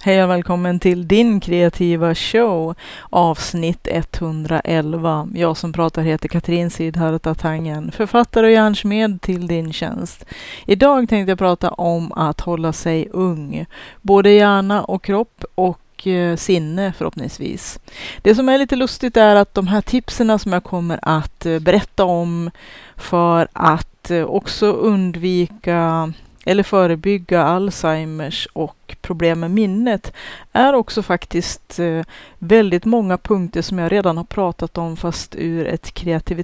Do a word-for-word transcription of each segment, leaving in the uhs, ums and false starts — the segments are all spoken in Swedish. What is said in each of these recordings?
Hej och välkommen till din kreativa show, avsnitt etthundraelva. Jag som pratar heter Katrin Sidharta Tangen, författare och hjärnsmed till din tjänst. Idag tänkte jag prata om att hålla sig ung, både hjärna och kropp och eh, sinne förhoppningsvis. Det som är lite lustigt är att de här tipsen som jag kommer att eh, berätta om för att eh, också undvika eller förebygga Alzheimers och problem med minnet är också faktiskt eh, väldigt många punkter som jag redan har pratat om fast ur ett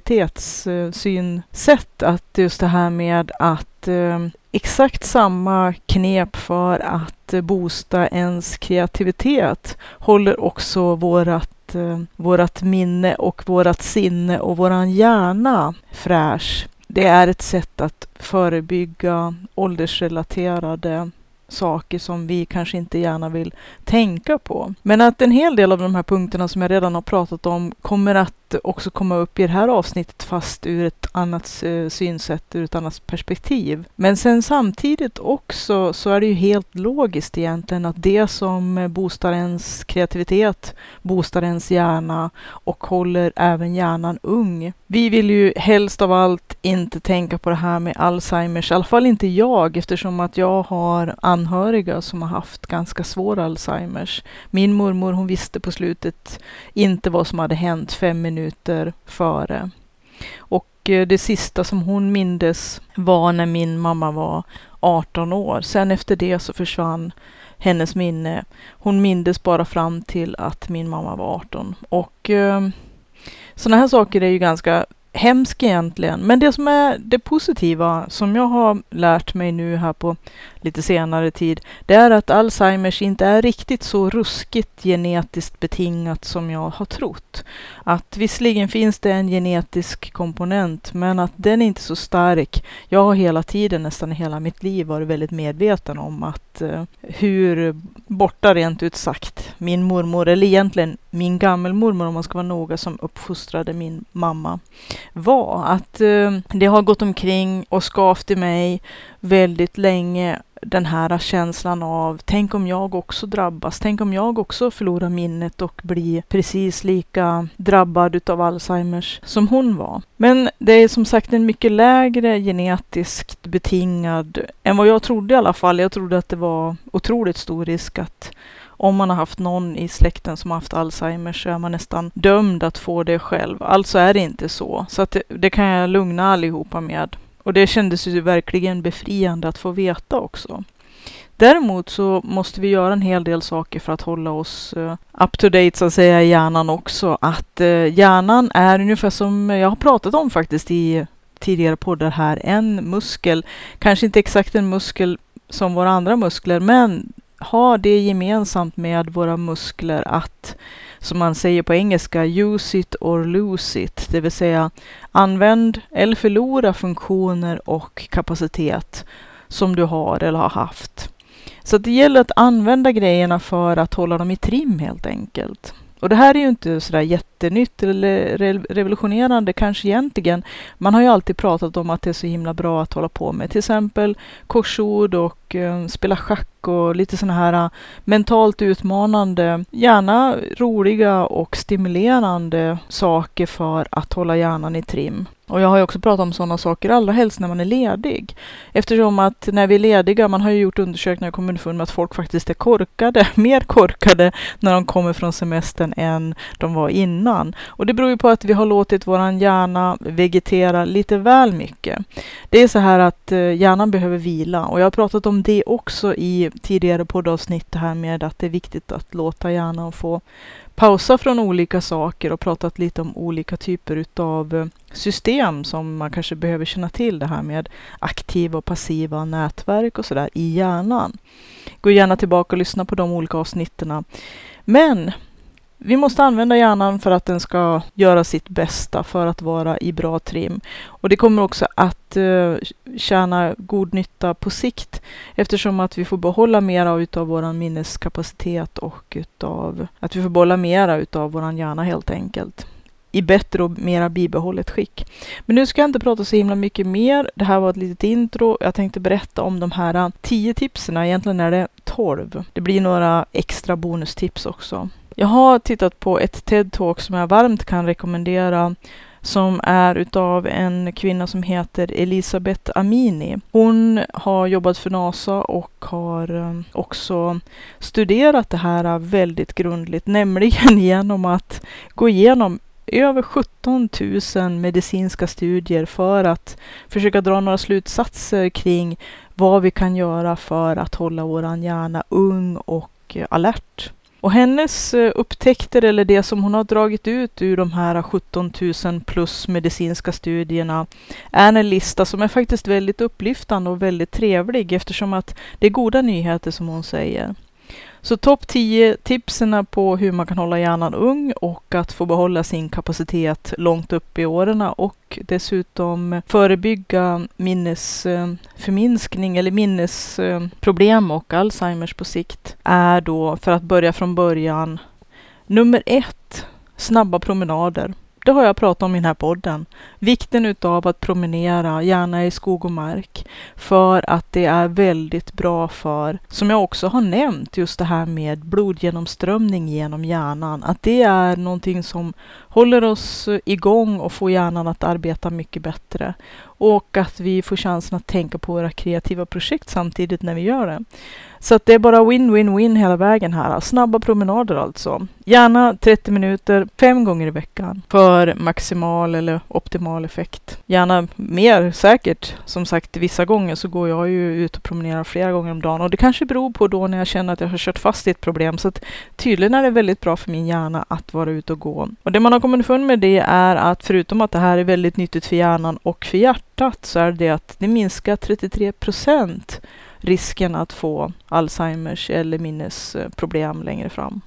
kreativitetssynsätt. Eh, att just det här med att eh, exakt samma knep för att eh, boosta ens kreativitet håller också vårat, eh, vårat minne och vårat sinne och våran hjärna fräsch. Det är ett sätt att förebygga åldersrelaterade saker som vi kanske inte gärna vill tänka på. Men att en hel del av de här punkterna som jag redan har pratat om kommer att också komma upp i det här avsnittet fast ur ett annat eh, synsätt, ur ett annat perspektiv. Men sen samtidigt också så är det ju helt logiskt egentligen att det som boostar ens kreativitet, boostar ens hjärna och håller även hjärnan ung. Vi vill ju helst av allt inte tänka på det här med Alzheimers, i alla fall inte jag, eftersom att jag har anhöriga som har haft ganska svår Alzheimers. Min mormor, hon visste på slutet inte vad som hade hänt fem minuter före. Och det sista som hon mindes var när min mamma var arton år. Sen efter det så försvann hennes minne. Hon mindes bara fram till att min mamma var arton. Och eh, sådana här saker är ju ganska hemskt egentligen. Men det som är det positiva som jag har lärt mig nu här på lite senare tid, det är att Alzheimers inte är riktigt så ruskigt genetiskt betingat som jag har trott. Att visserligen finns det en genetisk komponent, men att den är inte så stark. Jag har hela tiden, nästan hela mitt liv, varit väldigt medveten om att uh, hur borta rent ut sagt min mormor, eller egentligen min gammelmormor om man ska vara noga, som uppfostrade min mamma, var att uh, det har gått omkring och skavt i mig väldigt länge den här känslan av tänk om jag också drabbas, tänk om jag också förlorar minnet och blir precis lika drabbad utav Alzheimers som hon var. Men det är som sagt en mycket lägre genetiskt betingad än vad jag trodde i alla fall. Jag trodde att det var otroligt stor risk att om man har haft någon i släkten som har haft Alzheimers så är man nästan dömd att få det själv. Alltså är det inte så. Så att det, det kan jag lugna allihopa med. Och det kändes ju verkligen befriande att få veta också. Däremot så måste vi göra en hel del saker för att hålla oss uh, up to date så att säga i hjärnan också. Att uh, hjärnan är ungefär som jag har pratat om faktiskt i tidigare poddar här. En muskel, kanske inte exakt en muskel som våra andra muskler, men har det gemensamt med våra muskler att, som man säger på engelska, use it or lose it. Det vill säga använd eller förlora funktioner och kapacitet som du har eller har haft. Så det gäller att använda grejerna för att hålla dem i trim helt enkelt. Och det här är ju inte sådär jättenytt eller revolutionerande kanske egentligen. Man har ju alltid pratat om att det är så himla bra att hålla på med till exempel korsord och eh, spela schack och lite sådana här uh, mentalt utmanande, gärna roliga och stimulerande saker för att hålla hjärnan i trim. Och jag har ju också pratat om sådana saker allra helst när man är ledig. Eftersom att när vi är lediga, man har ju gjort undersökningar och kommit underfund med att folk faktiskt är korkade, mer korkade när de kommer från semestern än de var innan. Och det beror ju på att vi har låtit våran hjärna vegetera lite väl mycket. Det är så här att hjärnan behöver vila, och jag har pratat om det också i tidigare poddavsnitt, det här med att det är viktigt att låta hjärnan få pausa från olika saker och pratat lite om olika typer utav system som man kanske behöver känna till, det här med aktiva och passiva nätverk och sådär i hjärnan. Gå gärna tillbaka och lyssna på de olika avsnitterna. Men vi måste använda hjärnan för att den ska göra sitt bästa för att vara i bra trim. Och det kommer också att uh, tjäna god nytta på sikt, eftersom att vi får behålla mera utav våran minneskapacitet och utav att vi får behålla mera utav våran hjärna helt enkelt. i bättre och mera bibehållet skick. Men nu ska jag inte prata så himla mycket mer. Det här var ett litet intro. Jag tänkte berätta om de här tio tipsen. Egentligen är det tolv. Det blir några extra bonustips också. Jag har tittat på ett TED-talk som jag varmt kan rekommendera, som är utav en kvinna som heter Elisabeth Amini. Hon har jobbat för NASA och har också studerat det här väldigt grundligt, nämligen genom att gå igenom över sjutton tusen medicinska studier för att försöka dra några slutsatser kring vad vi kan göra för att hålla våran hjärna ung och alert. Och hennes upptäckter, eller det som hon har dragit ut ur de här sjutton tusen plus medicinska studierna, är en lista som är faktiskt väldigt upplyftande och väldigt trevlig, eftersom att det är goda nyheter som hon säger. Så topp tio tipsen på hur man kan hålla hjärnan ung och att få behålla sin kapacitet långt upp i åren, och dessutom förebygga minnesförminskning eller minnesproblem och Alzheimers på sikt, är då, för att börja från början, nummer ett, snabba promenader. Det har jag pratat om i den här podden. Vikten utav att promenera, gärna i skog och mark, för att det är väldigt bra för, som jag också har nämnt, just det här med blodgenomströmning genom hjärnan. Att det är någonting som håller oss igång och får hjärnan att arbeta mycket bättre. Och att vi får chansen att tänka på våra kreativa projekt samtidigt när vi gör det. Så att det är bara win-win-win hela vägen här. Snabba promenader alltså. Gärna trettio minuter, fem gånger i veckan. För maximal eller optimal effekt. Gärna mer säkert. Som sagt, vissa gånger så går jag ju ut och promenerar flera gånger om dagen. Och det kanske beror på då när jag känner att jag har kört fast i ett problem. Så att tydligen är det väldigt bra för min hjärna att vara ute och gå. Och det man har kommit ifrån med det är att förutom att det här är väldigt nyttigt för hjärnan och för hjärtat, så är det att det minskar trettiotre procent risken att få Alzheimers eller minnesproblem längre fram.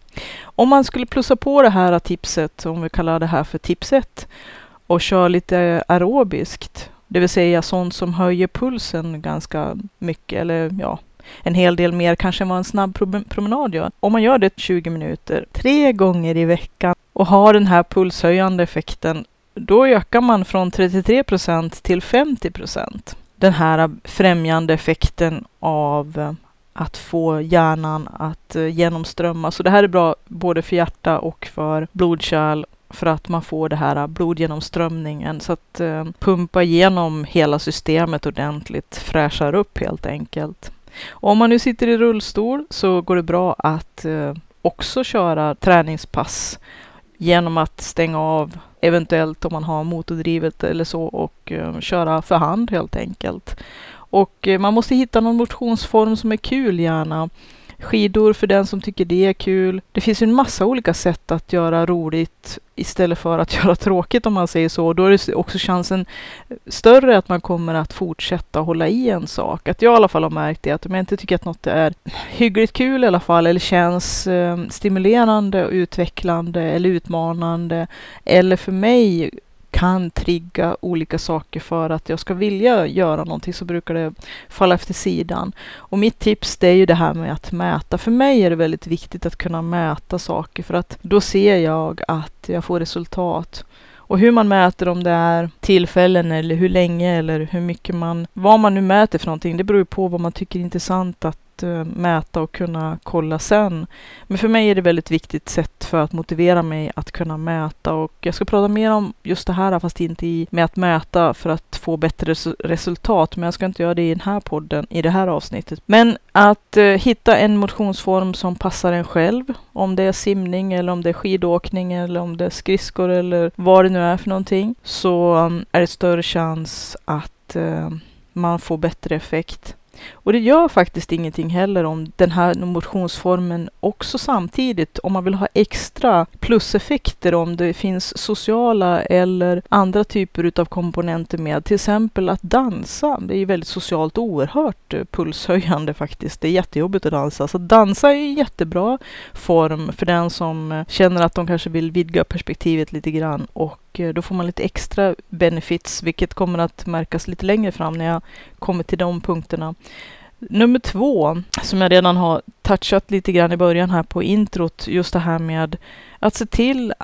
Om man skulle plussa på det här tipset, om vi kallar det här för tipset, och kör lite aerobiskt, det vill säga sånt som höjer pulsen ganska mycket, eller ja, en hel del mer kanske än vad en snabb promenad gör. Om man gör det tjugo minuter, tre gånger i veckan och har den här pulshöjande effekten, då ökar man från trettiotre procent till femtio procent. Den här främjande effekten av att få hjärnan att genomströmma. Så det här är bra både för hjärta och för blodkärl, för att man får det här blodgenomströmningen, så att eh, pumpa igenom hela systemet ordentligt, fräschar upp helt enkelt. Och om man nu sitter i rullstol så går det bra att eh, också köra träningspass genom att stänga av, eventuellt om man har motordrivet eller så, och uh, köra för hand helt enkelt. Och uh, man måste hitta någon motionsform som är kul gärna. Skidor för den som tycker det är kul. Det finns ju en massa olika sätt att göra roligt istället för att göra tråkigt, om man säger så. Då är det också chansen större att man kommer att fortsätta hålla i en sak. Att jag i alla fall har märkt det, att om jag inte tycker att något är hyggligt kul i alla fall, eller känns eh, stimulerande och utvecklande eller utmanande, eller för mig kan trigga olika saker för att jag ska vilja göra någonting, så brukar det falla efter sidan. Och mitt tips, det är ju det här med att mäta. För mig är det väldigt viktigt att kunna mäta saker, för att då ser jag att jag får resultat. Och hur man mäter, om det är tillfällen eller hur länge eller hur mycket man, vad man nu mäter för någonting, det beror på vad man tycker är intressant att mäta och kunna kolla sen. Men för mig är det väldigt viktigt sätt för att motivera mig att kunna mäta, och jag ska prata mer om just det här, fast inte i, med att mäta för att få bättre res- resultat, men jag ska inte göra det i den här podden, i det här avsnittet. Men att eh, hitta en motionsform som passar en själv, om det är simning eller om det är skidåkning eller om det är skridskor eller vad det nu är för någonting, så um, är det större chans att eh, man får bättre effekt. Och det gör faktiskt ingenting heller om den här motionsformen också samtidigt, om man vill ha extra pluseffekter, om det finns sociala eller andra typer utav komponenter med. Till exempel att dansa, det är ju väldigt socialt oerhört pulshöjande faktiskt. Det är jättejobbigt att dansa. Så dansa är en jättebra form för den som känner att de kanske vill vidga perspektivet lite grann, och då får man lite extra benefits, vilket kommer att märkas lite längre fram när jag kommer till de punkterna. Nummer två, som jag redan har touchat lite grann i början här på introt, just det här med att se till att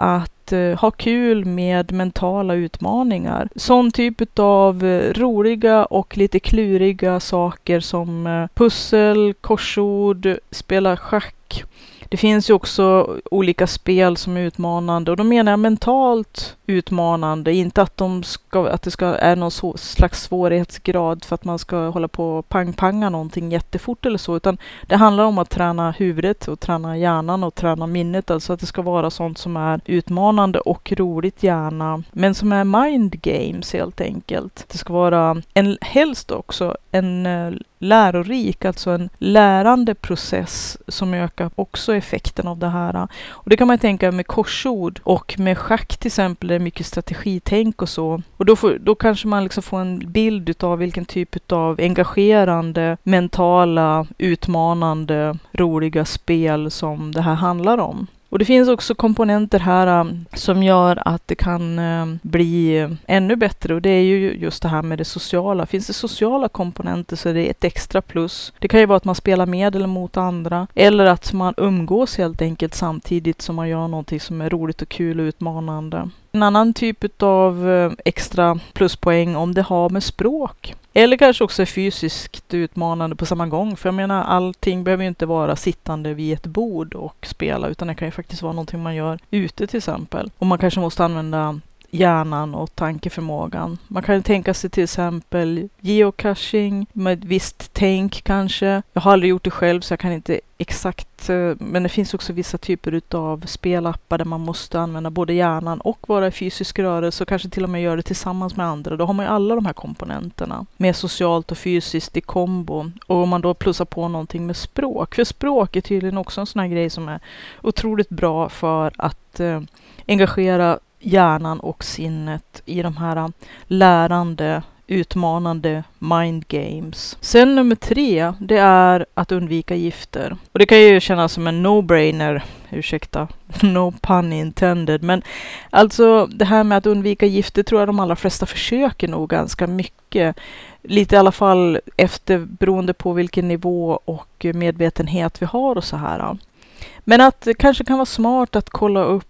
att eh, ha kul med mentala utmaningar. Sån typ av eh, roliga och lite kluriga saker som eh, pussel, korsord, spela schack. Det finns ju också olika spel som är utmanande och då menar jag mentalt utmanande, inte att, de ska, att det ska är någon så, slags svårighetsgrad för att man ska hålla på och pang-panga någonting jättefort eller så, utan det handlar om att träna huvudet och träna hjärnan och träna minnet, alltså att det ska vara sånt som är utmanande och roligt gärna, men som är mind games helt enkelt. Det ska vara en, helst också en lärorik, alltså en lärande process som ökar också effekten av det här. Och det kan man tänka med korsord och med schack till exempel, det är mycket strategitänk och så. Och då, får, då kanske man liksom får en bild av vilken typ av engagerande, mentala, utmanande, roliga spel som det här handlar om. Och det finns också komponenter här um, som gör att det kan uh, bli uh, ännu bättre, och det är ju just det här med det sociala. Finns det sociala komponenter så är det ett extra plus. Det kan ju vara att man spelar med eller mot andra, eller att man umgås helt enkelt samtidigt som man gör någonting som är roligt och kul och utmanande. En annan typ av uh, extra pluspoäng om det har med språk. Eller kanske också är fysiskt utmanande på samma gång. För jag menar, allting behöver ju inte vara sittande vid ett bord och spela, utan det kan ju faktiskt vara någonting man gör ute till exempel. Och man kanske måste använda hjärnan och tankeförmågan. Man kan ju tänka sig till exempel geocaching med ett visst tänk kanske. Jag har aldrig gjort det själv så jag kan inte exakt, men det finns också vissa typer av spelappar där man måste använda både hjärnan och vara i fysisk rörelse och kanske till och med göra det tillsammans med andra. Då har man ju alla de här komponenterna med socialt och fysiskt i kombo. Och om man då plussar på någonting med språk, för språk är tydligen också en sån här grej som är otroligt bra för att eh, engagera hjärnan och sinnet i de här lärande, utmanande mind games. Sen nummer tre, det är att undvika gifter. Och det kan ju kännas som en no-brainer, ursäkta, no pun intended. Men alltså det här med att undvika gifter tror jag de allra flesta försöker nog ganska mycket. Lite i alla fall efter, beroende på vilken nivå och medvetenhet vi har och så här. Men att det kanske kan vara smart att kolla upp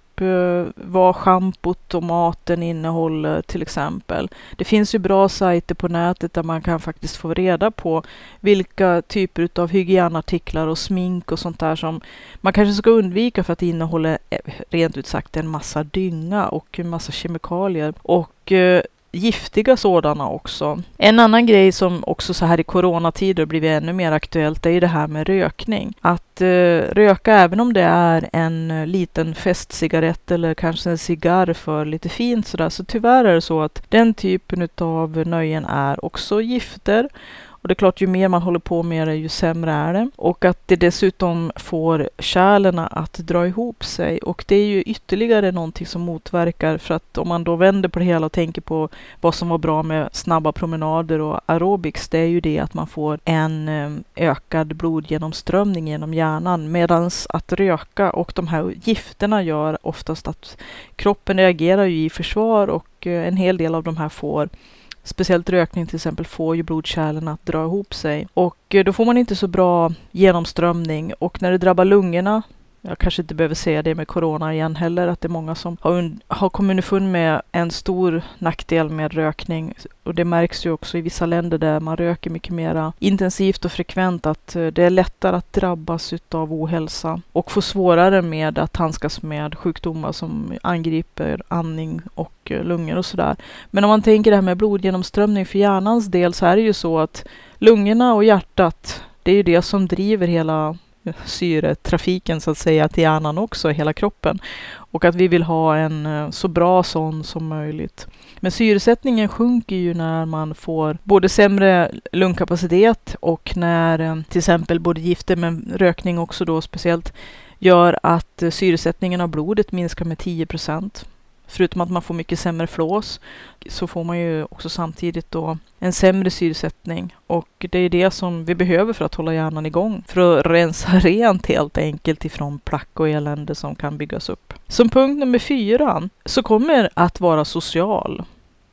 vad schampot och maten innehåller till exempel. Det finns ju bra sajter på nätet där man kan faktiskt få reda på vilka typer av hygienartiklar och smink och sånt där som man kanske ska undvika för att det innehåller rent ut sagt en massa dynga och en massa kemikalier och eh, giftiga sådana också. En annan grej som också så här i coronatider blivit ännu mer aktuellt är ju det här med rökning. Att eh, röka även om det är en eh, liten festcigarett eller kanske en cigarr för lite fint sådär, så tyvärr är det så att den typen av nöjen är också gifter. Och det är klart, ju mer man håller på med det, ju sämre är det. Och att det dessutom får kärlen att dra ihop sig. Och det är ju ytterligare någonting som motverkar. För att om man då vänder på det hela och tänker på vad som var bra med snabba promenader och aerobics, det är ju det att man får en ökad blodgenomströmning genom hjärnan. Medan att röka och de här gifterna gör oftast att kroppen reagerar ju i försvar, och en hel del av de här får, speciellt rökning till exempel, får ju blodkärlen att dra ihop sig. Och då får man inte så bra genomströmning. Och när det drabbar lungorna, jag kanske inte behöver säga det med corona igen heller, att det är många som har, und- har kommit underfund med en stor nackdel med rökning. Och det märks ju också i vissa länder där man röker mycket mer intensivt och frekvent, att det är lättare att drabbas av ohälsa och få svårare med att handskas med sjukdomar som angriper andning och lungor och sådär. Men om man tänker det här med blodgenomströmning för hjärnans del, så är det ju så att lungorna och hjärtat, det är ju det som driver hela syretrafiken så att säga till hjärnan också, hela kroppen. Och att vi vill ha en så bra sån som möjligt. Men syresättningen sjunker ju när man får både sämre lungkapacitet och när till exempel både gifter, men rökning också då speciellt, gör att syresättningen av blodet minskar med tio procent. Förutom att man får mycket sämre flås, så får man ju också samtidigt då en sämre syresättning. Och det är det som vi behöver för att hålla hjärnan igång. För att rensa rent helt enkelt ifrån plack och elände som kan byggas upp. Som punkt nummer fyra så kommer att vara social.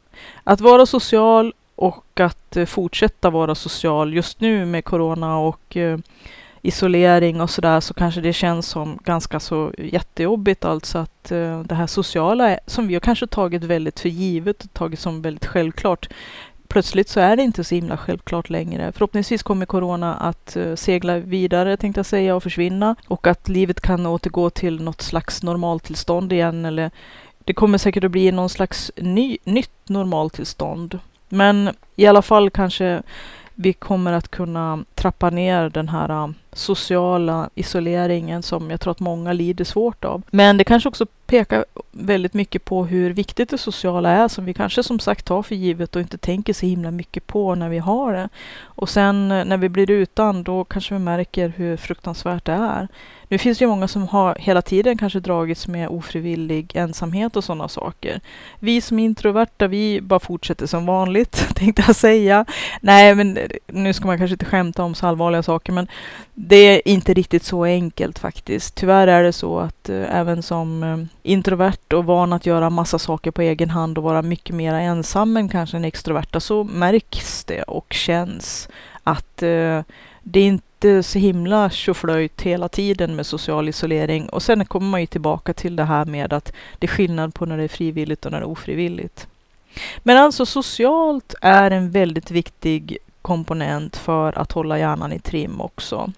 Att vara social och att fortsätta vara social just nu med corona och isolering och sådär, så kanske det känns som ganska så jättejobbigt. Alltså att uh, det här sociala som vi har kanske tagit väldigt för givet och tagit som väldigt självklart. Plötsligt så är det inte så himla självklart längre. Förhoppningsvis kommer corona att uh, segla vidare, tänkte jag säga, och försvinna. Och att livet kan återgå till något slags normaltillstånd igen. Eller det kommer säkert att bli någon slags ny, nytt normaltillstånd. Men i alla fall kanske vi kommer att kunna trappa ner den här uh, sociala isoleringen som jag tror att många lider svårt av. Men det kanske också pekar väldigt mycket på hur viktigt det sociala är, som vi kanske som sagt tar för givet och inte tänker så himla mycket på när vi har det. Och sen när vi blir utan, då kanske vi märker hur fruktansvärt det är. Nu finns det ju många som har hela tiden kanske dragits med ofrivillig ensamhet och sådana saker. Vi som är introverta, vi bara fortsätter som vanligt, tänkte jag säga. Nej, men nu ska man kanske inte skämta om så allvarliga saker, men det är inte riktigt så enkelt faktiskt. Tyvärr är det så att äh, även som äh, introvert och van att göra massa saker på egen hand och vara mycket mer ensam än kanske en extroverta, så märks det och känns att äh, det är inte så himla tjoflöjt hela tiden med social isolering. Och sen kommer man ju tillbaka till det här med att det är skillnad på när det är frivilligt och när det är ofrivilligt. Men alltså socialt är en väldigt viktig komponent för att hålla hjärnan i trim också.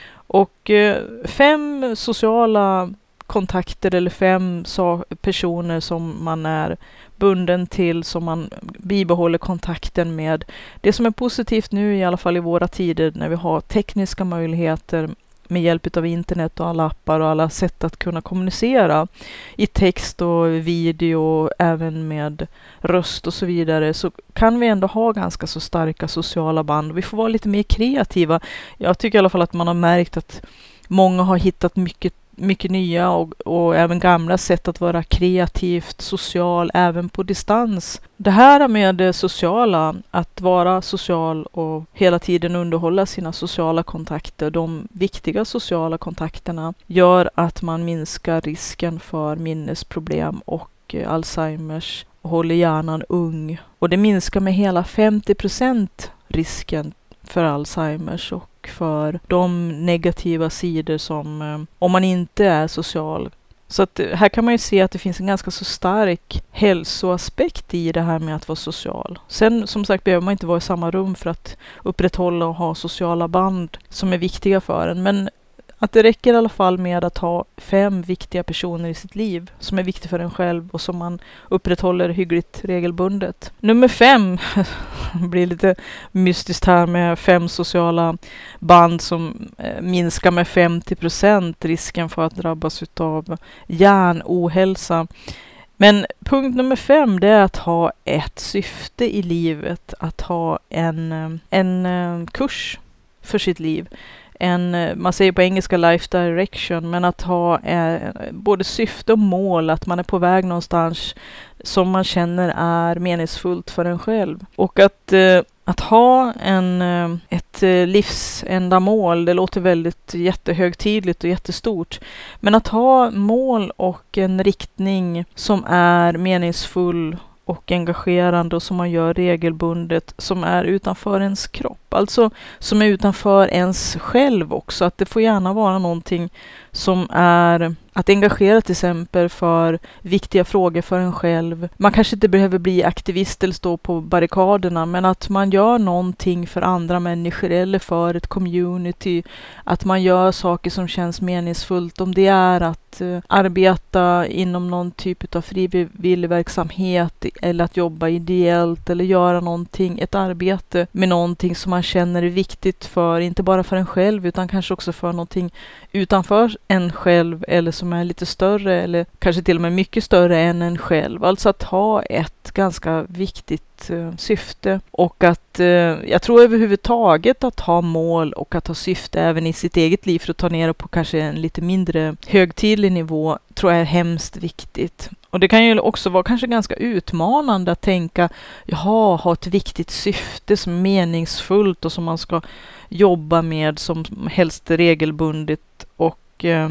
Och eh, fem sociala kontakter eller fem so- personer som man är bunden till, som man bibehåller kontakten med. Det som är positivt nu, i alla fall i våra tider när vi har tekniska möjligheter med hjälp av internet och alla appar och alla sätt att kunna kommunicera i text och video och även med röst och så vidare, så kan vi ändå ha ganska så starka sociala band. Vi får vara lite mer kreativa. Jag tycker i alla fall att man har märkt att många har hittat mycket mycket nya och, och även gamla sätt att vara kreativt, social, även på distans. Det här med det sociala, att vara social och hela tiden underhålla sina sociala kontakter, de viktiga sociala kontakterna, gör att man minskar risken för minnesproblem och eh, Alzheimers och håller hjärnan ung. Och det minskar med hela femtio procent risken för Alzheimers och för de negativa sidor som eh, om man inte är social. Så att här kan man ju se att det finns en ganska så stark hälsoaspekt i det här med att vara social. Sen som sagt behöver man inte vara i samma rum för att upprätthålla och ha sociala band som är viktiga för en. Men att det räcker i alla fall med att ha fem viktiga personer i sitt liv som är viktiga för en själv och som man upprätthåller hyggligt regelbundet. Nummer fem blir lite mystiskt här med fem sociala band som eh, minskar med femtio procent risken för att drabbas av hjärnohälsa. Men punkt nummer fem, det är att ha ett syfte i livet, att ha en, en, en kurs för sitt liv. En, man säger på engelska life direction, men att ha eh, både syfte och mål, att man är på väg någonstans som man känner är meningsfullt för en själv. Och att, eh, att ha en, eh, ett eh, livsändamål, det låter väldigt jättehögtidligt och jättestort. Men att ha mål och en riktning som är meningsfull och engagerande och som man gör regelbundet, som är utanför ens kropp. Alltså som är utanför ens själv också. Att det får gärna vara någonting som är att engagera till exempel för viktiga frågor för en själv. Man kanske inte behöver bli aktivist eller stå på barrikaderna, men att man gör någonting för andra människor eller för ett community. Att man gör saker som känns meningsfullt. Om det är att uh, arbeta inom någon typ av frivillig verksamhet eller att jobba ideellt eller göra någonting, ett arbete med någonting som man känner är viktigt för, inte bara för en själv utan kanske också för någonting utanför en själv eller som är lite större eller kanske till och med mycket större än en själv. Alltså att ha ett ganska viktigt uh, syfte och att uh, jag tror överhuvudtaget att ha mål och att ha syfte även i sitt eget liv för att ta ner det på kanske en lite mindre högtidlig nivå tror jag är hemskt viktigt. Och det kan ju också vara kanske ganska utmanande att tänka, jaha, ha ett viktigt syfte som är meningsfullt och som man ska jobba med som helst regelbundet och eh,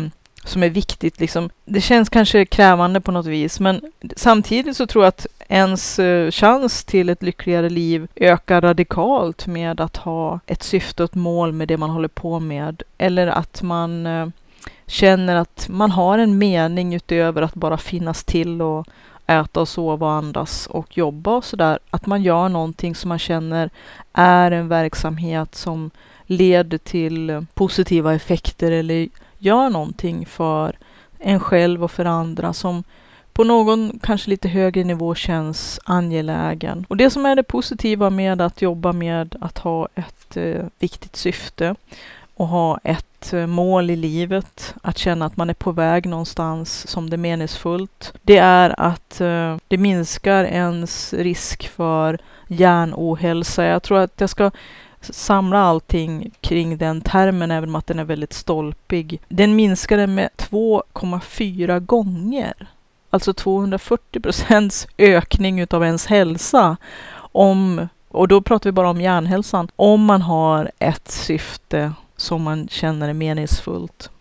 som är viktigt. Liksom. Det känns kanske krävande på något vis, men samtidigt så tror jag att ens eh, chans till ett lyckligare liv ökar radikalt med att ha ett syfte och ett mål med det man håller på med. Eller att man eh, känner att man har en mening utöver att bara finnas till och äta och sova och andas och jobba och sådär. Att man gör någonting som man känner är en verksamhet som leder till positiva effekter eller gör någonting för en själv och för andra som på någon kanske lite högre nivå känns angelägen. Och det som är det positiva med att jobba med att ha ett eh, viktigt syfte och ha ett eh, mål i livet, att känna att man är på väg någonstans som det är meningsfullt, det är att eh, det minskar ens risk för hjärnohälsa. Jag tror att jag ska samla allting kring den termen, även om att den är väldigt stolpig. Den minskade med två komma fyra gånger. Alltså tvåhundrafyrtio procents ökning utav ens hälsa. Om, och då pratar vi bara om hjärnhälsan. Om man har ett syfte som man känner är meningsfullt.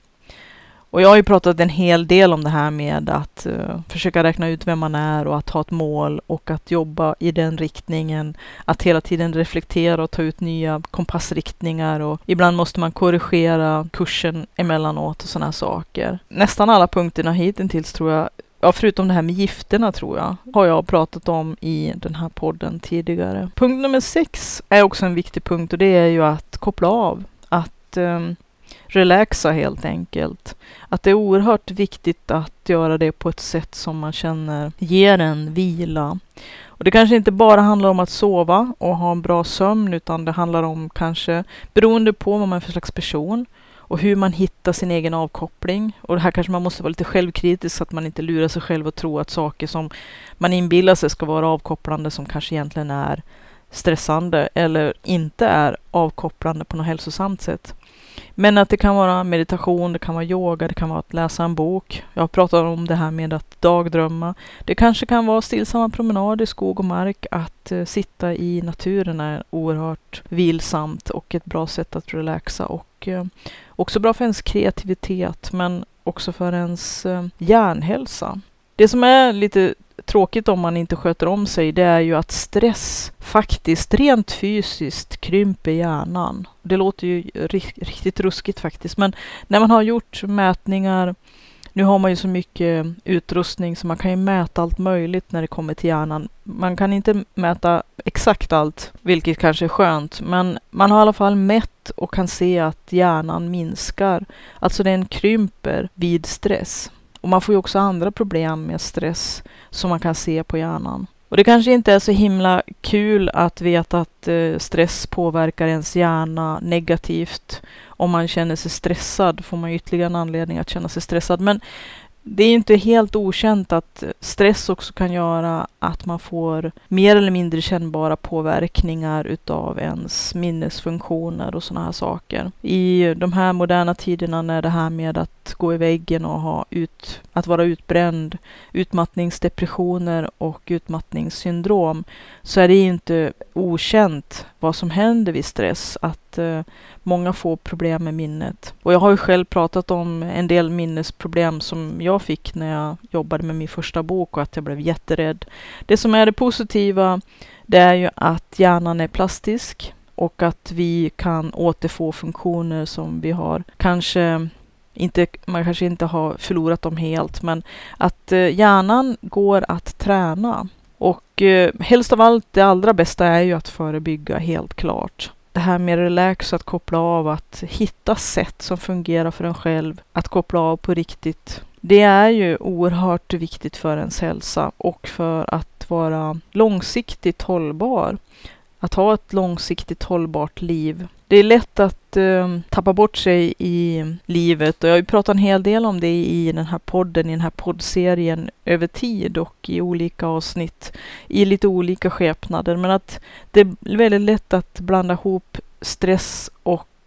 Och jag har ju pratat en hel del om det här med att uh, försöka räkna ut vem man är och att ha ett mål och att jobba i den riktningen. Att hela tiden reflektera och ta ut nya kompassriktningar och ibland måste man korrigera kursen emellanåt och sådana saker. Nästan alla punkterna hittills tror jag, ja, förutom det här med gifterna tror jag, har jag pratat om i den här podden tidigare. Punkt nummer sex är också en viktig punkt och det är ju att koppla av. Att um, relaxa helt enkelt. Att det är oerhört viktigt att göra det på ett sätt som man känner ger en vila. Och det kanske inte bara handlar om att sova och ha en bra sömn, utan det handlar om kanske, beroende på vad man är för slags person och hur man hittar sin egen avkoppling. Och det här kanske man måste vara lite självkritisk så att man inte lurar sig själv och tror att saker som man inbillar sig ska vara avkopplande som kanske egentligen är stressande eller inte är avkopplande på något hälsosamt sätt. Men att det kan vara meditation, det kan vara yoga, det kan vara att läsa en bok. Jag pratar om det här med att dagdrömma. Det kanske kan vara stillsamma promenader i skog och mark. Att uh, sitta i naturen är oerhört vilsamt och ett bra sätt att relaxa. Och uh, också bra för ens kreativitet, men också för ens uh, hjärnhälsa. Det som är lite tråkigt om man inte sköter om sig, det är ju att stress faktiskt rent fysiskt krymper hjärnan. Det låter ju riktigt ruskigt faktiskt, men när man har gjort mätningar, nu har man ju så mycket utrustning så man kan ju mäta allt möjligt när det kommer till hjärnan. Man kan inte mäta exakt allt, vilket kanske är skönt, men man har i alla fall mätt och kan se att hjärnan minskar. Alltså den krymper vid stress. Och man får ju också andra problem med stress som man kan se på hjärnan. Och det kanske inte är så himla kul att veta att eh, stress påverkar ens hjärna negativt. Om man känner sig stressad får man ytterligare en anledning att känna sig stressad. Men det är inte helt okänt att stress också kan göra att man får mer eller mindre kännbara påverkningar utav ens minnesfunktioner och såna här saker. I de här moderna tiderna när det här med att gå i väggen och ha ut, att vara utbränd, utmattningsdepressioner och utmattningssyndrom, så är det inte okänt vad som händer vid stress, att eh, många får problem med minnet. Och jag har ju själv pratat om en del minnesproblem som jag fick när jag jobbade med min första bok och att jag blev jätterädd. Det som är det positiva, det är ju att hjärnan är plastisk och att vi kan återfå funktioner som vi har kanske inte, man kanske inte har förlorat dem helt, men att eh, hjärnan går att träna. Och eh, helst av allt, det allra bästa är ju att förebygga helt klart. Det här med relax, att koppla av, att hitta sätt som fungerar för en själv, att koppla av på riktigt. Det är ju oerhört viktigt för ens hälsa och för att vara långsiktigt hållbar. Att ha ett långsiktigt hållbart liv. Det är lätt att eh, tappa bort sig i livet och jag har ju pratat en hel del om det i den här podden, i den här poddserien över tid och i olika avsnitt, i lite olika skepnader. Men att det är väldigt lätt att blanda ihop stress och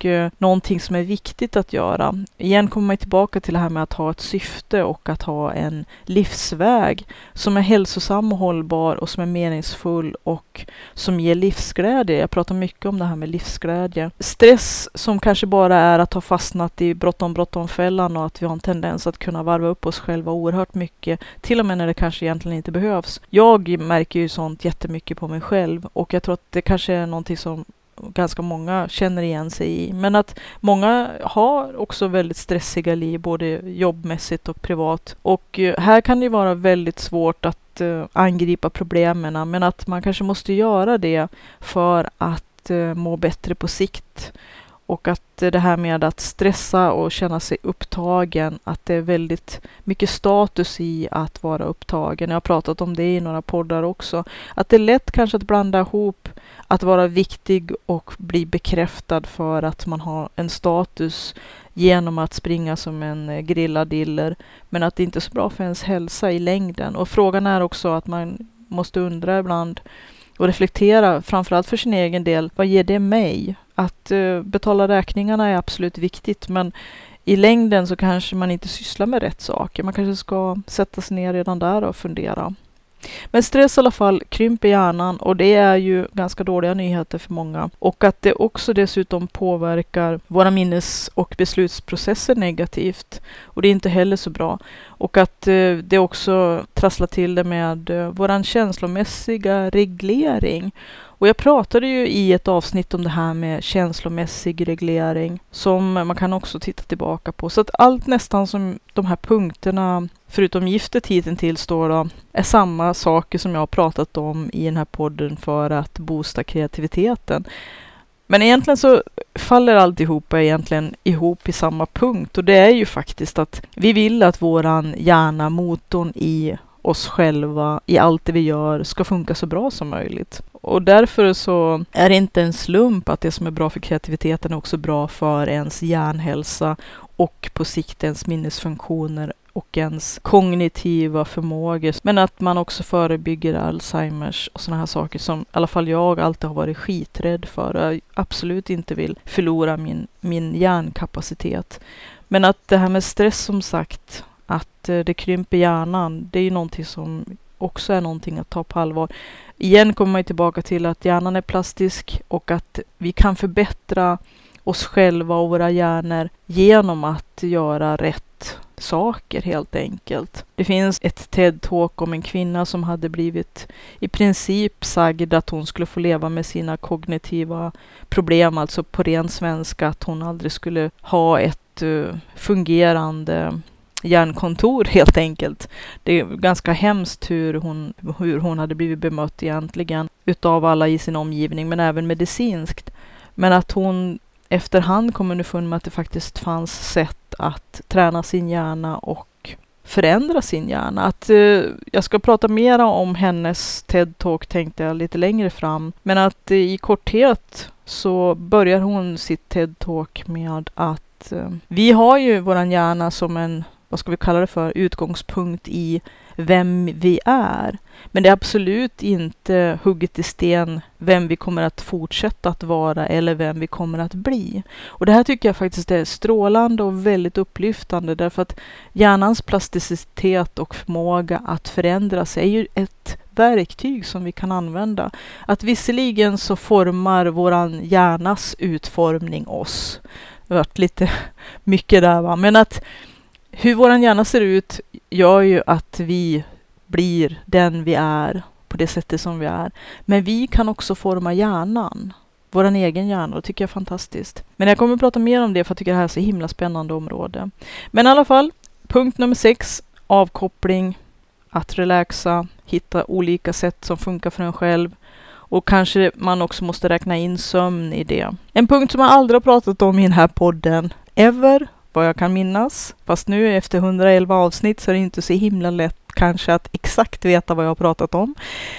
och eh, någonting som är viktigt att göra. Igen kommer man tillbaka till det här med att ha ett syfte och att ha en livsväg som är hälsosam och hållbar och som är meningsfull och som ger livsglädje. Jag pratar mycket om det här med livsglädje. Stress som kanske bara är att ha fastnat i bråttom bråttom fällan och att vi har en tendens att kunna varva upp oss själva oerhört mycket, till och med när det kanske egentligen inte behövs. Jag märker ju sånt jättemycket på mig själv och jag tror att det kanske är någonting som ganska många känner igen sig i. Men att många har också väldigt stressiga liv, både jobbmässigt och privat. Och här kan det vara väldigt svårt att uh, angripa problemen, men att man kanske måste göra det för att uh, må bättre på sikt. Och att det här med att stressa och känna sig upptagen, att det är väldigt mycket status i att vara upptagen. Jag har pratat om det i några poddar också. Att det är lätt kanske att blanda ihop att vara viktig och bli bekräftad för att man har en status genom att springa som en grilladiller. Men att det inte är så bra för ens hälsa i längden. Och frågan är också att man måste undra ibland och reflektera, framförallt för sin egen del, vad ger det mig? Att uh, betala räkningarna är absolut viktigt, men i längden så kanske man inte sysslar med rätt saker. Man kanske ska sätta sig ner redan där och fundera. Men stress i alla fall krymper hjärnan och det är ju ganska dåliga nyheter för många. Och att det också dessutom påverkar våra minnes- och beslutsprocesser negativt. Och det är inte heller så bra. Och att eh, det också trasslar till det med eh, våran känslomässiga reglering. Och jag pratade ju i ett avsnitt om det här med känslomässig reglering som man kan också titta tillbaka på. Så att allt nästan som de här punkterna, förutom giftet hittills står då, är samma saker som jag har pratat om i den här podden för att boosta kreativiteten. Men egentligen så faller alltihopa egentligen ihop i samma punkt. Och det är ju faktiskt att vi vill att våran hjärna, motorn i oss själva, i allt det vi gör, ska funka så bra som möjligt. Och därför så är det inte en slump att det som är bra för kreativiteten är också bra för ens hjärnhälsa och på sikt ens minnesfunktioner och ens kognitiva förmågor. Men att man också förebygger Alzheimers och såna här saker som i alla fall jag alltid har varit skiträdd för. Jag absolut inte vill förlora min, min hjärnkapacitet. Men att det här med stress som sagt, att det krymper hjärnan, det är ju någonting som också är någonting att ta på allvar. Igen kommer man tillbaka till att hjärnan är plastisk och att vi kan förbättra oss själva och våra hjärnor genom att göra rätt saker helt enkelt. Det finns ett TED-talk om en kvinna som hade blivit i princip sagd att hon skulle få leva med sina kognitiva problem, alltså på ren svenska att hon aldrig skulle ha ett uh, fungerande hjärnkontor helt enkelt. Det är ganska hemskt hur hon, hur hon hade blivit bemött egentligen utav alla i sin omgivning, men även medicinskt. Men att hon efterhand kom underfund med att det faktiskt fanns sätt att träna sin hjärna och förändra sin hjärna. Att eh, jag ska prata mer om hennes TED-talk tänkte jag lite längre fram. Men att eh, i korthet så börjar hon sitt TED-talk med att eh, vi har ju våran hjärna som en, vad ska vi kalla det för, utgångspunkt i vem vi är. Men det är absolut inte hugget i sten vem vi kommer att fortsätta att vara eller vem vi kommer att bli. Och det här tycker jag faktiskt är strålande och väldigt upplyftande, därför att hjärnans plasticitet och förmåga att förändra sig är ju ett verktyg som vi kan använda. Att visserligen så formar våran hjärnas utformning oss. Det har varit lite mycket där va, men att hur våran hjärna ser ut gör ju att vi blir den vi är på det sättet som vi är. Men vi kan också forma hjärnan, våran egen hjärna, och det tycker jag är fantastiskt. Men jag kommer att prata mer om det för jag tycker det här är så himla spännande område. Men i alla fall, punkt nummer sex, avkoppling, att relaxa, hitta olika sätt som funkar för en själv. Och kanske man också måste räkna in sömn i det. En punkt som jag aldrig har pratat om i den här podden, ever, vad jag kan minnas. Fast nu efter hundraelva avsnitt så är det inte så himla lätt kanske att exakt veta vad jag har pratat om.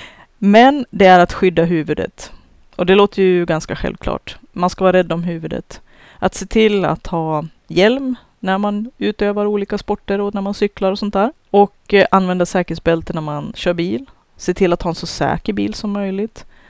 Men det är att skydda huvudet. Och det låter ju ganska självklart. Man ska vara rädd om huvudet. Att se till att ha hjälm när man utövar olika sporter och när man cyklar och sånt där. Och eh, använda säkerhetsbälte när man kör bil. Se till att ha en så säker bil som möjligt.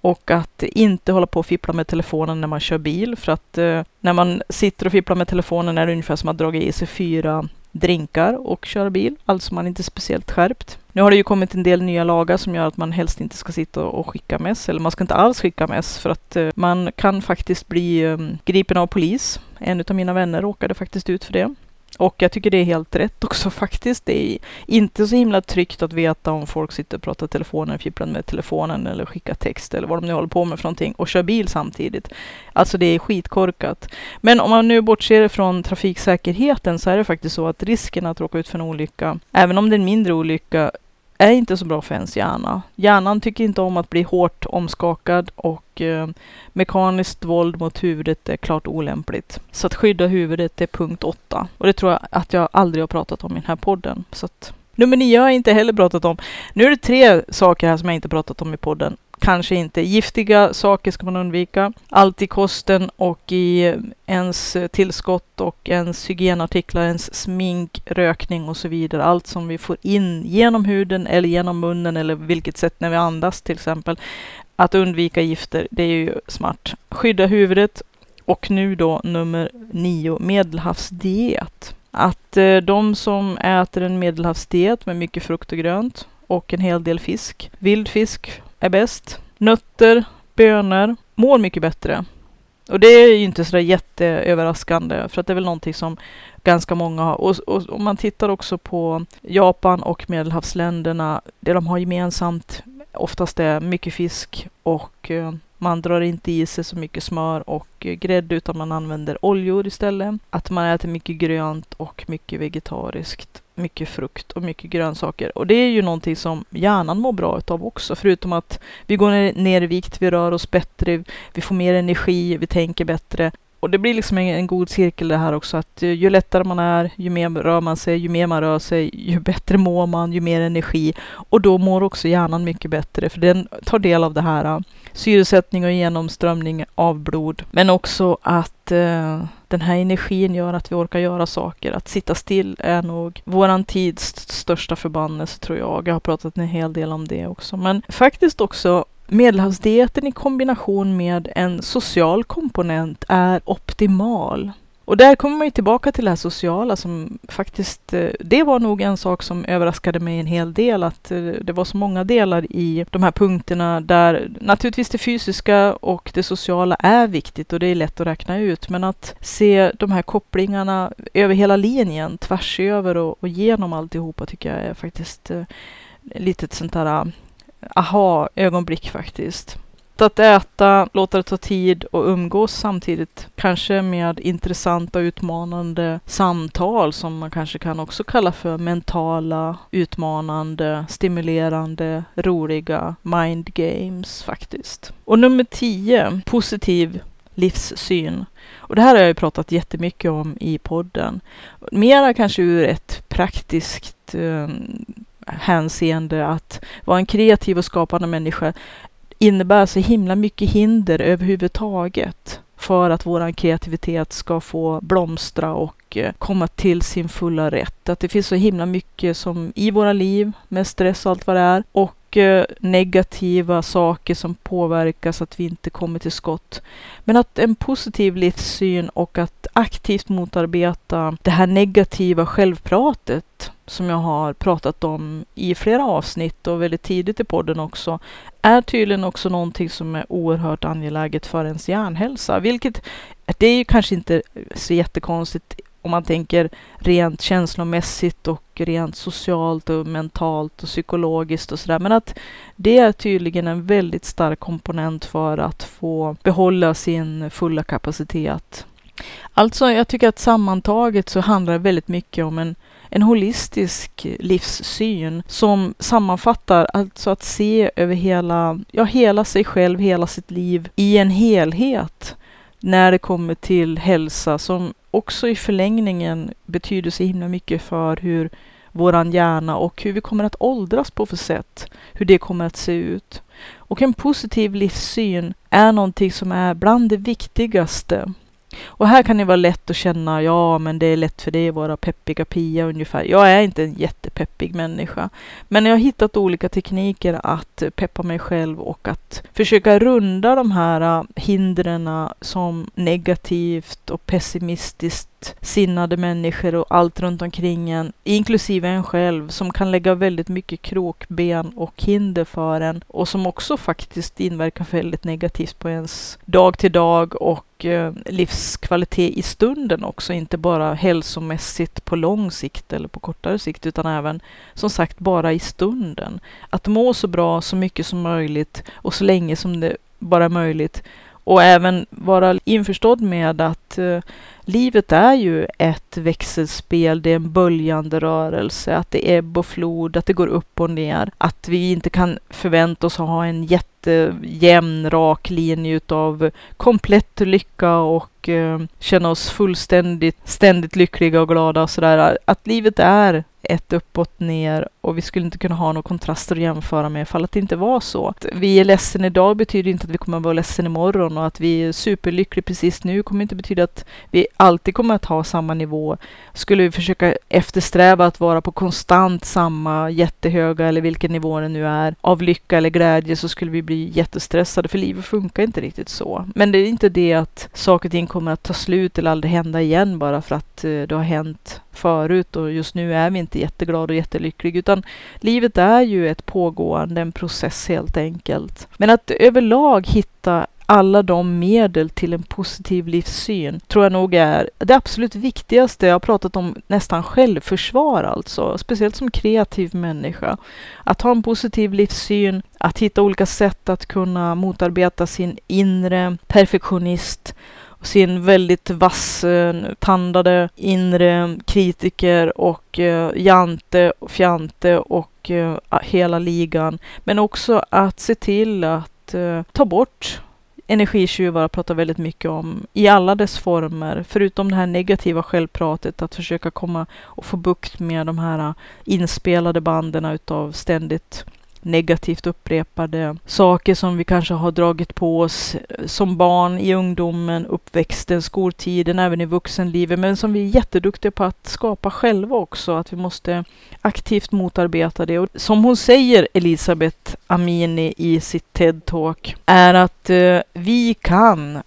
Och att inte hålla på och fippla med telefonen när man kör bil. För att eh, när man sitter och fipplar med telefonen är det ungefär som att dra i sig fyra drinkar och köra bil. Alltså man är inte speciellt skärpt. Nu har det ju kommit en del nya lagar som gör att man helst inte ska sitta och skicka mess. Eller man ska inte alls skicka mess för att eh, man kan faktiskt bli eh, gripen av polis. En av mina vänner råkade faktiskt ut för det. Och jag tycker det är helt rätt också faktiskt. Det är inte så himla tryggt att veta om folk sitter och pratar telefonen, fipplar med telefonen eller skickar text eller vad de nu håller på med för någonting och kör bil samtidigt. Alltså det är skitkorkat. Men om man nu bortser från trafiksäkerheten så är det faktiskt så att risken att råka ut för en olycka, även om det är en mindre olycka, är inte så bra för ens hjärna. Hjärnan tycker inte om att bli hårt omskakad och eh, mekaniskt våld mot huvudet är klart olämpligt. Så att skydda huvudet är punkt åtta. Och det tror jag att jag aldrig har pratat om i den här podden. Så att, nummer nio har jag inte heller pratat om. Nu är det tre saker här som jag inte pratat om i podden. Kanske inte. Giftiga saker ska man undvika. Allt i kosten och i ens tillskott och ens hygienartiklar, ens smink, rökning och så vidare. Allt som vi får in genom huden eller genom munnen eller vilket sätt när vi andas till exempel. Att undvika gifter, det är ju smart. Skydda huvudet. Och nu då nummer nio, medelhavsdiet. Att eh, de som äter en medelhavsdiet med mycket frukt och grönt och en hel del fisk. Vildfisk är bäst. Nötter, bönor mår mycket bättre. Och det är ju inte så jätteöverraskande för att det är väl någonting som ganska många har. Och, och om man tittar också på Japan och Medelhavsländerna, det de har gemensamt oftast är mycket fisk och eh, man drar inte i sig så mycket smör och grädde utan man använder oljor istället. Att man äter mycket grönt och mycket vegetariskt. Mycket frukt och mycket grönsaker. Och det är ju någonting som hjärnan mår bra utav också. Förutom att vi går ner i vikt, vi rör oss bättre, vi får mer energi, vi tänker bättre. Och det blir liksom en, en god cirkel det här också. Att ju lättare man är, ju mer rör man sig, ju mer man rör sig, ju bättre mår man, ju mer energi. Och då mår också hjärnan mycket bättre. För den tar del av det här. Syresättning och genomströmning av blod. Men också att eh, den här energin gör att vi orkar göra saker. Att sitta still är nog våran tids största förbannelse tror jag. Jag har pratat en hel del om det också. Men faktiskt också medelhavsdieten i kombination med en social komponent är optimal. Och där kommer man ju tillbaka till det här sociala som faktiskt, det var nog en sak som överraskade mig en hel del, att det var så många delar i de här punkterna där naturligtvis det fysiska och det sociala är viktigt och det är lätt att räkna ut, men att se de här kopplingarna över hela linjen, tvärs över och, och genom alltihopa tycker jag är faktiskt eh, lite ett sånt här aha-ögonblick faktiskt. Att äta, låta det ta tid och umgås samtidigt. Kanske med intressanta utmanande samtal som man kanske kan också kalla för mentala, utmanande, stimulerande, roliga mind games faktiskt. Och nummer tio, positiv livssyn. Och det här har jag ju pratat jättemycket om i podden. Mera kanske ur ett praktiskt eh, hänseende att vara en kreativ och skapande människa innebär så himla mycket hinder överhuvudtaget för att vår kreativitet ska få blomstra och komma till sin fulla rätt. Att det finns så himla mycket som i våra liv med stress och allt vad det är och negativa saker som påverkar så att vi inte kommer till skott. Men att en positiv livssyn och att aktivt motarbeta det här negativa självpratet som jag har pratat om i flera avsnitt och väldigt tidigt i podden också, är tydligen också någonting som är oerhört angeläget för ens hjärnhälsa. Vilket, det är ju kanske inte så jättekonstigt om man tänker rent känslomässigt och rent socialt och mentalt och psykologiskt och sådär. Men att det är tydligen en väldigt stark komponent för att få behålla sin fulla kapacitet. Alltså jag tycker att sammantaget så handlar det väldigt mycket om en En holistisk livssyn som sammanfattar alltså att se över hela, ja, hela sig själv, hela sitt liv i en helhet när det kommer till hälsa som också i förlängningen betyder så himla mycket för hur våran hjärna och hur vi kommer att åldras på för sätt, hur det kommer att se ut. Och en positiv livssyn är någonting som är bland det viktigaste. Och här kan det vara lätt att känna, ja men det är lätt för det att vara peppiga Pia ungefär. Jag är inte en jätte peppig människa. Men jag har hittat olika tekniker att peppa mig själv och att försöka runda de här hindren som negativt och pessimistiskt sinnade människor och allt runt omkring en, inklusive en själv, som kan lägga väldigt mycket krokben och hinder för en och som också faktiskt inverkar väldigt negativt på ens dag till dag och eh, livskvalitet i stunden också, inte bara hälsomässigt på lång sikt eller på kortare sikt, utan även som sagt bara i stunden. Att må så bra så mycket som möjligt och så länge som det bara är möjligt. Och även vara införstådd med att eh, livet är ju ett växelspel, det är en böljande rörelse, att det är ebb och flod, att det går upp och ner. Att vi inte kan förvänta oss att ha en jättejämn, rak linje utav komplett lycka och eh, känna oss fullständigt, ständigt lyckliga och glada och sådär. Att livet är ett uppåt ner och vi skulle inte kunna ha några kontraster att jämföra med ifall att det inte var så. Att vi är ledsen idag betyder inte att vi kommer att vara ledsen imorgon, och att vi är superlyckliga precis nu kommer inte betyda att vi alltid kommer att ha samma nivå. Skulle vi försöka eftersträva att vara på konstant samma jättehöga eller vilken nivå det nu är av lycka eller glädje, så skulle vi bli jättestressade, för livet funkar inte riktigt så. Men det är inte det att saker och ting kommer att ta slut eller aldrig hända igen bara för att eh, det har hänt förut och just nu är vi inte jätteglada och jättelyckliga, utan livet är ju ett pågående, en process helt enkelt. Men att överlag hitta alla de medel till en positiv livssyn tror jag nog är det absolut viktigaste. Jag har pratat om nästan självförsvar alltså, speciellt som kreativ människa. Att ha en positiv livssyn, att hitta olika sätt att kunna motarbeta sin inre perfektionist, sin väldigt vass, tandade inre kritiker och eh, jante och fjante och eh, hela ligan. Men också att se till att eh, ta bort energitjuvar, pratar väldigt mycket om i alla dess former, förutom det här negativa självpratet, att försöka komma och få bukt med de här inspelade banden utav ständigt negativt upprepade saker som vi kanske har dragit på oss som barn, i ungdomen, uppväxten, skoltiden, även i vuxenlivet, men som vi är jätteduktiga på att skapa själva också, att vi måste aktivt motarbeta det. Och som hon säger, Elisabeth Amini, i sitt TED-talk, är att eh, vi kan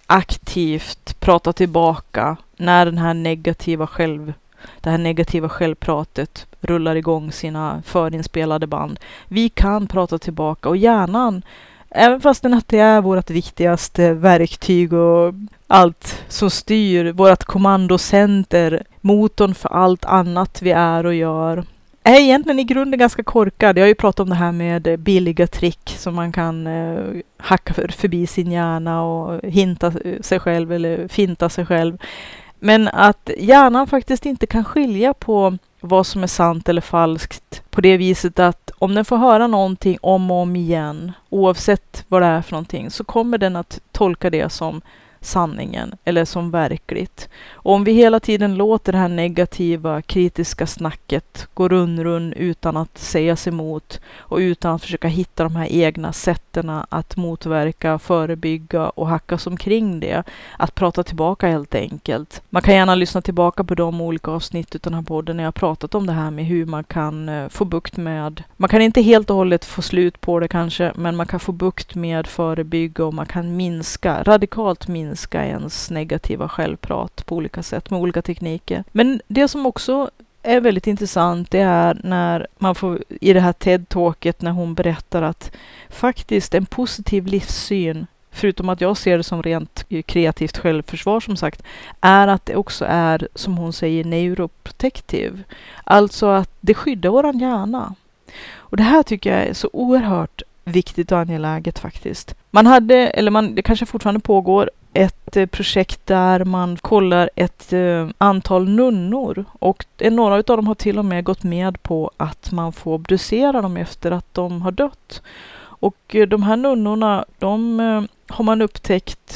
aktivt prata tillbaka när den här negativa själv det här negativa självpratet rullar igång sina förinspelade band. Vi kan prata tillbaka, och hjärnan, även fast att det är vårt viktigaste verktyg och allt som styr, vårt kommandocenter, motorn för allt annat vi är och gör, är egentligen i grunden ganska korkad. Jag har ju pratat om det här med billiga trick som man kan eh, hacka för, förbi sin hjärna och hinta sig själv eller finta sig själv. Men att hjärnan faktiskt inte kan skilja på vad som är sant eller falskt på det viset att om den får höra någonting om och om igen, oavsett vad det är för någonting, så kommer den att tolka det som sanningen eller som verkligt. Och om vi hela tiden låter det här negativa, kritiska snacket gå run run utan att säga sig emot och utan att försöka hitta de här egna sätten att motverka, förebygga och hackas omkring det, att prata tillbaka helt enkelt. Man kan gärna lyssna tillbaka på de olika avsnitt utan här podden när jag har pratat om det här med hur man kan få bukt med, man kan inte helt och hållet få slut på det kanske, men man kan få bukt med, förebygga, och man kan minska, radikalt minska minska ens negativa självprat på olika sätt med olika tekniker. Men det som också är väldigt intressant, det är när man får i det här TED-talket, när hon berättar att faktiskt en positiv livssyn, förutom att jag ser det som rent kreativt självförsvar som sagt, är att det också är, som hon säger, neuroprotective. Alltså att det skyddar våran hjärna. Och det här tycker jag är så oerhört viktigt och angeläget faktiskt. Man hade, eller man, det kanske fortfarande pågår, ett eh, projekt där man kollar ett eh, antal nunnor, och eh, några av dem har till och med gått med på att man får obducera dem efter att de har dött. Och eh, de här nunnorna, de eh, har man upptäckt,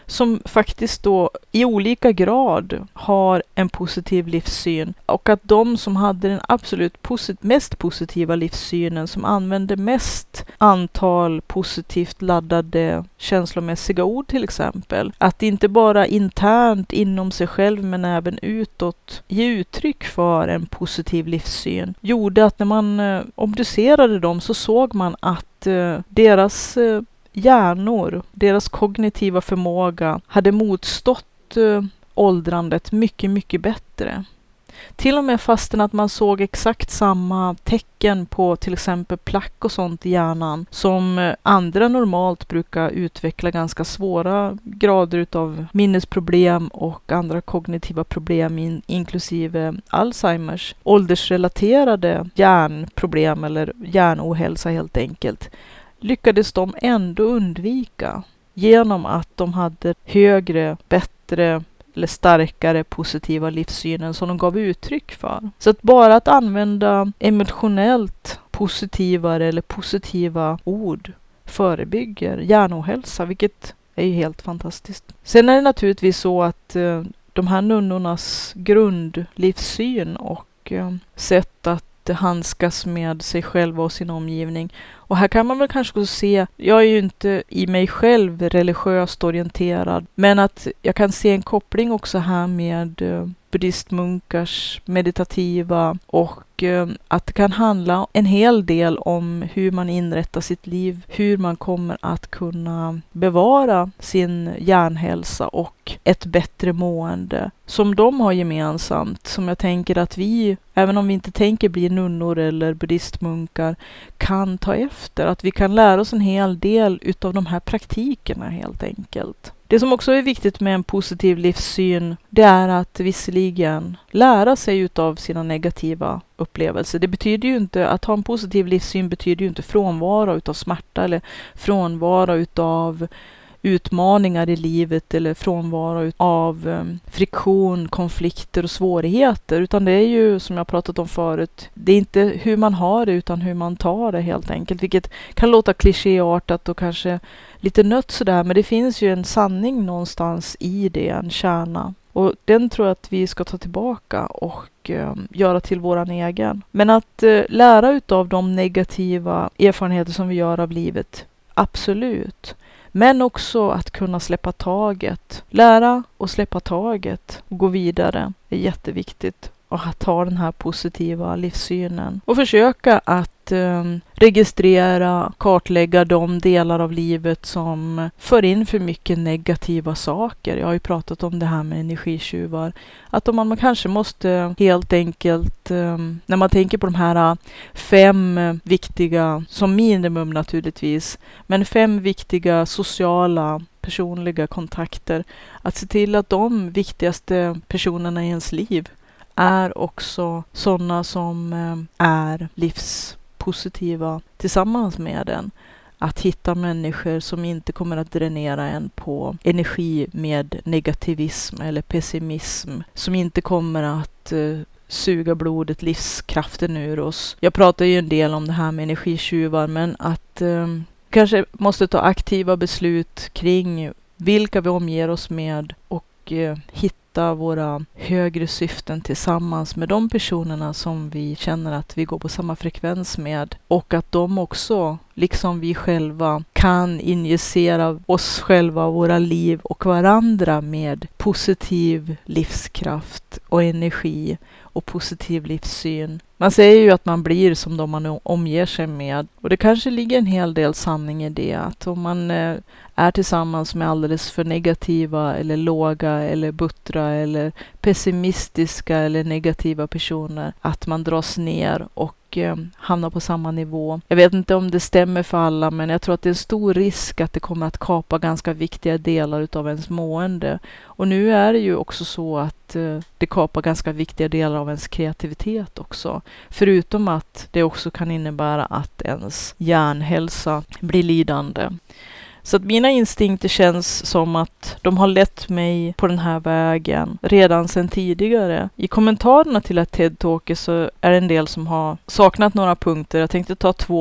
som faktiskt då i olika grad har en positiv livssyn, och att de som hade den absolut posit- mest positiva livssynen, som använde mest antal positivt laddade känslomässiga ord till exempel, att inte bara internt inom sig själv men även utåt ge uttryck för en positiv livssyn, gjorde att när man eh, obducerade dem så såg man att eh, deras eh, hjärnor, deras kognitiva förmåga hade motstått eh, åldrandet mycket, mycket bättre. Till och med fastän att man såg exakt samma tecken på till exempel plack och sånt i hjärnan som andra normalt brukar utveckla ganska svåra grader utav minnesproblem och andra kognitiva problem in, inklusive Alzheimers, åldersrelaterade hjärnproblem eller hjärnohälsa helt enkelt, lyckades de ändå undvika genom att de hade högre, bättre eller starkare positiva livssynen som de gav uttryck för. Så att bara att använda emotionellt positivare eller positiva ord förebygger hjärnohälsa, vilket är ju helt fantastiskt. Sen är det naturligtvis så att eh, de här nunnornas grundlivssyn och eh, sätt att handskas med sig själva och sin omgivning. Och här kan man väl kanske också se, jag är ju inte i mig själv religiöst orienterad, men att jag kan se en koppling också här med eh, buddhistmunkars meditativa, och eh, att det kan handla en hel del om hur man inrättar sitt liv, hur man kommer att kunna bevara sin hjärnhälsa och ett bättre mående som de har gemensamt, som jag tänker att vi, även om vi inte tänker bli nunnor eller buddhistmunkar, kan ta efter. Att vi kan lära oss en hel del utav de här praktikerna helt enkelt. Det som också är viktigt med en positiv livssyn, det är att visserligen lära sig utav sina negativa upplevelser. Det betyder ju inte, att ha en positiv livssyn betyder ju inte frånvaro utav smärta eller frånvaro utav utmaningar i livet eller frånvaro av um, friktion, konflikter och svårigheter, utan det är ju, som jag pratat om förut, det är inte hur man har det utan hur man tar det helt enkelt, vilket kan låta klichéartat och kanske lite nött sådär, men det finns ju en sanning någonstans i det, en kärna, och den tror jag att vi ska ta tillbaka och um, göra till våran egen. Men att uh, lära utav de negativa erfarenheter som vi gör av livet, absolut. Men också att kunna släppa taget. Lära och släppa taget och gå vidare är jätteviktigt. Och att ha den här positiva livssynen. Och försöka att eh, registrera, kartlägga de delar av livet som för in för mycket negativa saker. Jag har ju pratat om det här med energitjuvar. Att om man, man kanske måste helt enkelt, eh, när man tänker på de här fem viktiga, som minimum naturligtvis, men fem viktiga sociala personliga kontakter, att se till att de viktigaste personerna i ens liv är också sådana som är livspositiva tillsammans med en. Att hitta människor som inte kommer att dränera en på energi med negativism eller pessimism. Som inte kommer att uh, suga blodet, livskraften ur oss. Jag pratar ju en del om det här med energitjuvar, men att uh, kanske måste ta aktiva beslut kring vilka vi omger oss med och uh, hitta våra högre syften tillsammans med de personerna som vi känner att vi går på samma frekvens med, och att de också, liksom vi själva, kan injicera oss själva, våra liv och varandra med positiv livskraft och energi och positiv livssyn. Man säger ju att man blir som de man omger sig med, och det kanske ligger en hel del sanning i det, att om man eh, är tillsammans med alldeles för negativa eller låga eller buttra eller pessimistiska eller negativa personer, att man dras ner och eh, hamnar på samma nivå. Jag vet inte om det stämmer för alla, men jag tror att det är en stor risk att det kommer att kapa ganska viktiga delar utav ens mående. Och nu är det ju också så att eh, det kapar ganska viktiga delar av ens kreativitet också. Förutom att det också kan innebära att ens hjärnhälsa blir lidande. Så att mina instinkter känns som att de har lett mig på den här vägen redan sedan tidigare. I kommentarerna till att TED-talket så är det en del som har saknat några punkter. Jag tänkte ta två,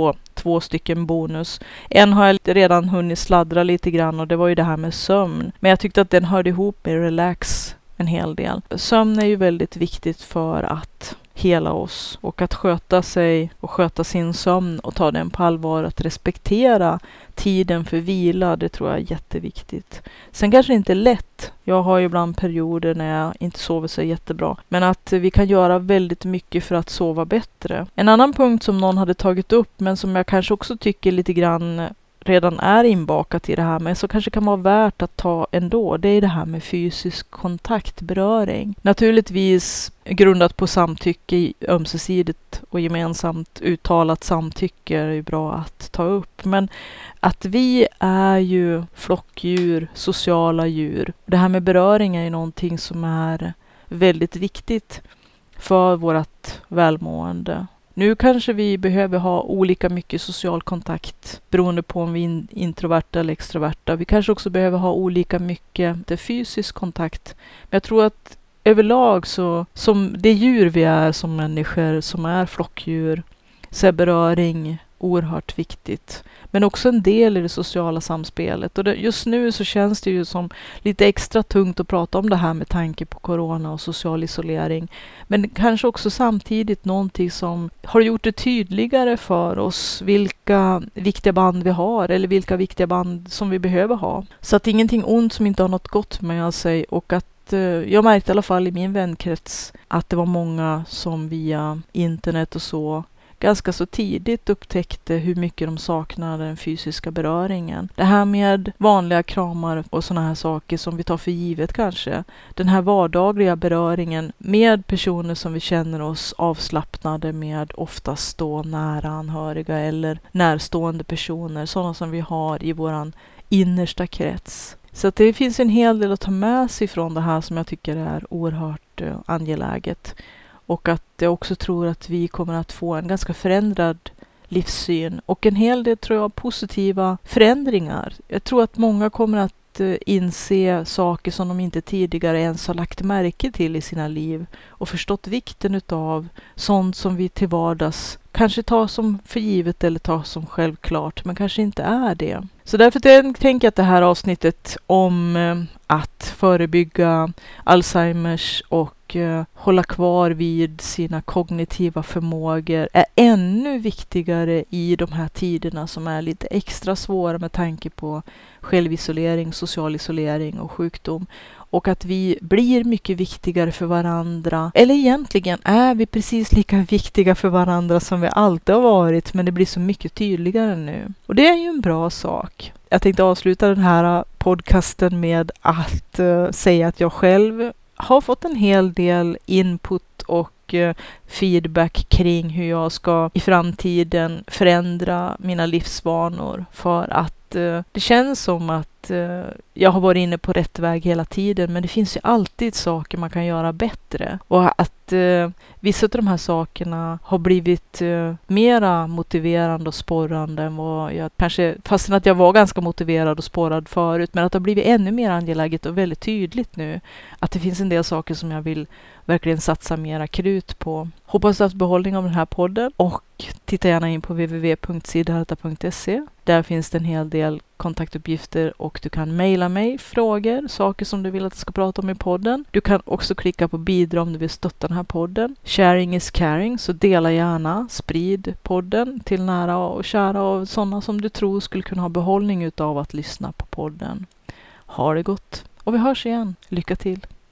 två stycken bonus. En har jag redan hunnit sladdra lite grann och det var ju det här med sömn. Men jag tyckte att den hörde ihop med relax en hel del. Sömn är ju väldigt viktigt för att hela oss och att sköta sig och sköta sin sömn och ta den på allvar, att respektera tiden för vila, det tror jag är jätteviktigt. Sen kanske det inte är lätt. Jag har ju ibland perioder när jag inte sover så jättebra. Men att vi kan göra väldigt mycket för att sova bättre. En annan punkt som någon hade tagit upp, men som jag kanske också tycker lite grann redan är inbakat i det här, men så kanske kan vara värt att ta ändå, det är det här med fysisk kontakt, beröring. Naturligtvis grundat på samtycke, ömsesidigt och gemensamt uttalat samtycke är ju bra att ta upp. Men att vi är ju flockdjur, sociala djur. Det här med beröring är ju någonting som är väldigt viktigt för vårt välmående. Nu kanske vi behöver ha olika mycket social kontakt beroende på om vi är introverta eller extroverta. Vi kanske också behöver ha olika mycket fysisk kontakt. Men jag tror att överlag så, som det djur vi är som människor, som är flockdjur, så är beröring oerhört viktigt. Men också en del i det sociala samspelet. Och det, just nu så känns det ju som lite extra tungt att prata om det här med tanke på corona och social isolering. Men kanske också samtidigt någonting som har gjort det tydligare för oss vilka viktiga band vi har eller vilka viktiga band som vi behöver ha. Så att ingenting ont som inte har något gott med sig, och att jag märkte i alla fall i min vänkrets att det var många som via internet och så ganska så tidigt upptäckte hur mycket de saknade den fysiska beröringen. Det här med vanliga kramar och såna här saker som vi tar för givet kanske. Den här vardagliga beröringen med personer som vi känner oss avslappnade med, oftast då nära anhöriga eller närstående personer, sådana som vi har i våran innersta krets. Så att det finns en hel del att ta med sig från det här som jag tycker är oerhört uh, angeläget. Och att jag också tror att vi kommer att få en ganska förändrad livssyn. Och en hel del, tror jag, positiva förändringar. Jag tror att många kommer att uh, inse saker som de inte tidigare ens har lagt märke till i sina liv. Och förstått vikten utav sånt som vi till vardags kanske tar som för givet eller tar som självklart, men kanske inte är det. Så därför tänker jag att det här avsnittet om eh, att förebygga Alzheimers och eh, hålla kvar vid sina kognitiva förmågor är ännu viktigare i de här tiderna som är lite extra svåra med tanke på självisolering, social isolering och sjukdom. Och att vi blir mycket viktigare för varandra. Eller egentligen är vi precis lika viktiga för varandra som vi alltid har varit. Men det blir så mycket tydligare nu. Och det är ju en bra sak. Jag tänkte avsluta den här podcasten med att uh, säga att jag själv har fått en hel del input och uh, feedback kring hur jag ska i framtiden förändra mina livsvanor. För att uh, det känns som att jag har varit inne på rätt väg hela tiden, men det finns ju alltid saker man kan göra bättre. Och att eh, vissa av de här sakerna har blivit eh, mera motiverande och sporrande än vad jag kanske, fastän att jag var ganska motiverad och sporrad förut, men att det har blivit ännu mer angeläget och väldigt tydligt nu att det finns en del saker som jag vill verkligen satsa mera krut på. Hoppas du har haft behållning av den här podden, och titta gärna in på w w w punkt siddharta punkt se. Där finns det en hel del kontaktuppgifter och du kan mejla mig frågor, saker som du vill att jag ska prata om i podden. Du kan också klicka på bidra om du vill stötta den här podden. Sharing is caring, så dela gärna, sprid podden till nära och kära och sådana som du tror skulle kunna ha behållning utav att lyssna på podden. Ha det gott och vi hörs igen. Lycka till!